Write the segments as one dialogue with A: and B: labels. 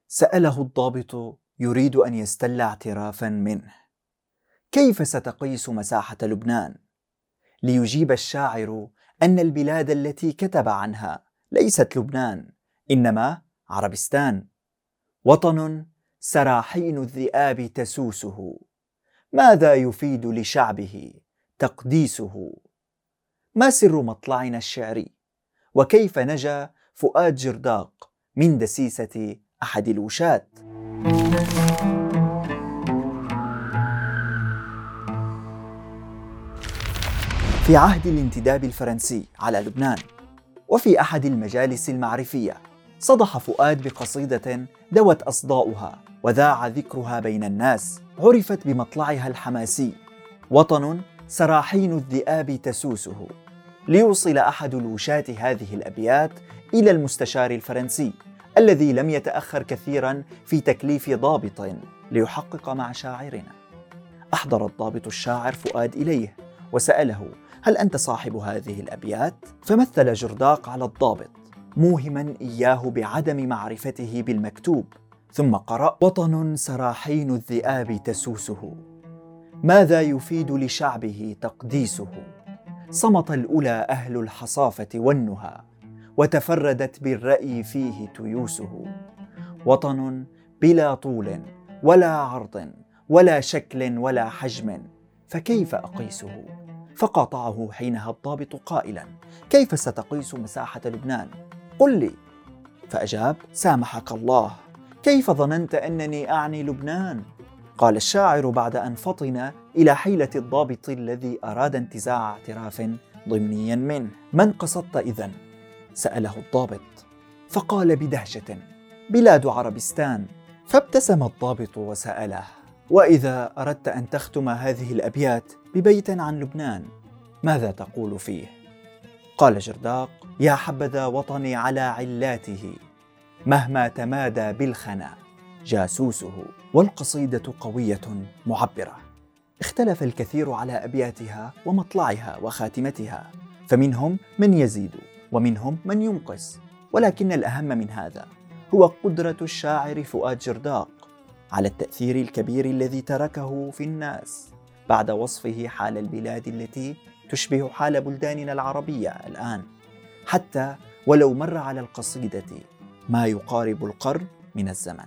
A: سأله الضابط يريد أن يستل اعترافا منه: كيف ستقيس مساحة لبنان؟ ليجيب الشاعر أن البلاد التي كتب عنها ليست لبنان، إنما عربستان، وطن سراحين الذئاب تسوسه. ماذا يفيد لشعبه تقديسه؟ ما سر مطلعنا الشعري؟ وكيف نجا فؤاد جرداق من دسيسة أحد الوشاة؟ في عهد الانتداب الفرنسي على لبنان، وفي أحد المجالس المعرفية، صدح فؤاد بقصيدة دوت أصداؤها وذاع ذكرها بين الناس، عرفت بمطلعها الحماسي: وطن سراحين الذئاب تسوسه. ليوصل أحد الوشاة هذه الأبيات إلى المستشار الفرنسي الذي لم يتأخر كثيرا في تكليف ضابط ليحقق مع شاعرنا. أحضر الضابط الشاعر فؤاد إليه وسأله: هل أنت صاحب هذه الأبيات؟ فمثل جرداق على الضابط موهما إياه بعدم معرفته بالمكتوب، ثم قرأ: وطن سراحين الذئاب تسوسه، ماذا يفيد لشعبه تقديسه؟ صمت الأولى أهل الحصافة والنهى، وتفردت بالرأي فيه تيوسه. وطن بلا طول ولا عرض ولا شكل ولا حجم، فكيف أقيسه؟ فقاطعه حينها الضابط قائلا: كيف ستقيس مساحة لبنان؟ قل لي. فأجاب: سامحك الله، كيف ظننت أنني أعني لبنان؟ قال الشاعر بعد أن فطن إلى حيلة الضابط الذي أراد انتزاع اعتراف ضمنيا منه: من قصدت إذن؟ سأله الضابط، فقال بدهشة: بلاد عربستان. فابتسم الضابط وسأله: وإذا أردت أن تختم هذه الأبيات ببيت عن لبنان، ماذا تقول فيه؟ قال جرداق: يا حبذا وطني على علاته، مهما تمادى بالخنا جاسوسه. والقصيدة قوية معبرة، اختلف الكثير على أبياتها ومطلعها وخاتمتها، فمنهم من يزيد ومنهم من ينقص، ولكن الأهم من هذا هو قدرة الشاعر فؤاد جرداق على التأثير الكبير الذي تركه في الناس بعد وصفه حال البلاد التي تشبه حال بلداننا العربية الآن، حتى ولو مر على القصيدة ما يقارب القرن من الزمن.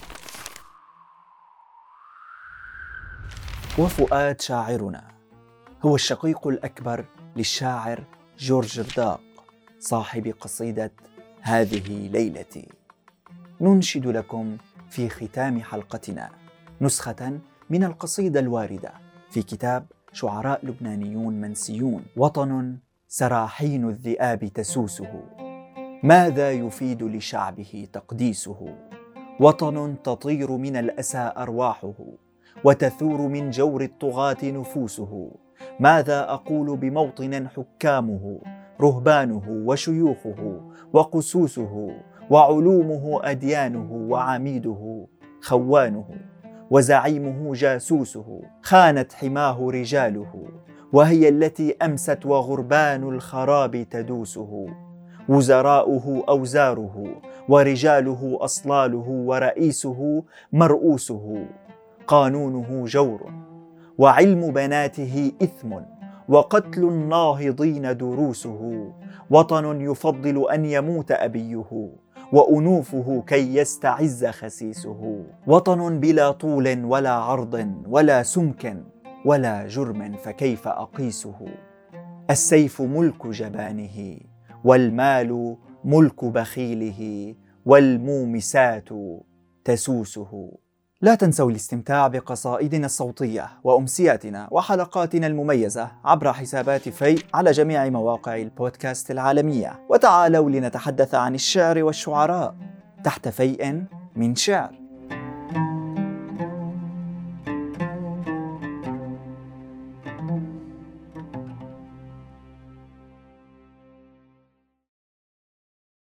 A: وفؤاد شاعرنا هو الشقيق الأكبر للشاعر جورج جرداق صاحب قصيدة هذه ليلتي. ننشد لكم في ختام حلقتنا نسخة من القصيدة الواردة في كتاب شعراء لبنانيون منسيون: وطن سراحين الذئاب تسوسه، ماذا يفيد لشعبه تقديسه؟ وطن تطير من الأسى أرواحه، وتثور من جور الطغاة نفوسه. ماذا أقول بموطن حكامه رهبانه وشيوخه وقسوسه، وعلومه أديانه وعميده خوانه، وزعيمه جاسوسه. خانت حماه رجاله، وهي التي أمست وغربان الخراب تدوسه. وزراؤه أوزاره، ورجاله أصلاله، ورئيسه مرؤوسه. قانونه جور، وعلم بناته إثم، وقتل الناهضين دروسه. وطن يفضل أن يموت أبيه، وأنوفه كي يستعز خسيسه. وطن بلا طول ولا عرض ولا سمك ولا جرم، فكيف أقيسه؟ السيف ملك جبانه، والمال ملك بخيله، والمومسات تسوسه. لا تنسوا الاستمتاع بقصائدنا الصوتية وأمسياتنا وحلقاتنا المميزة عبر حسابات في على جميع مواقع البودكاست العالمية. وتعالوا لنتحدث عن الشعر والشعراء تحت فيء من شعر.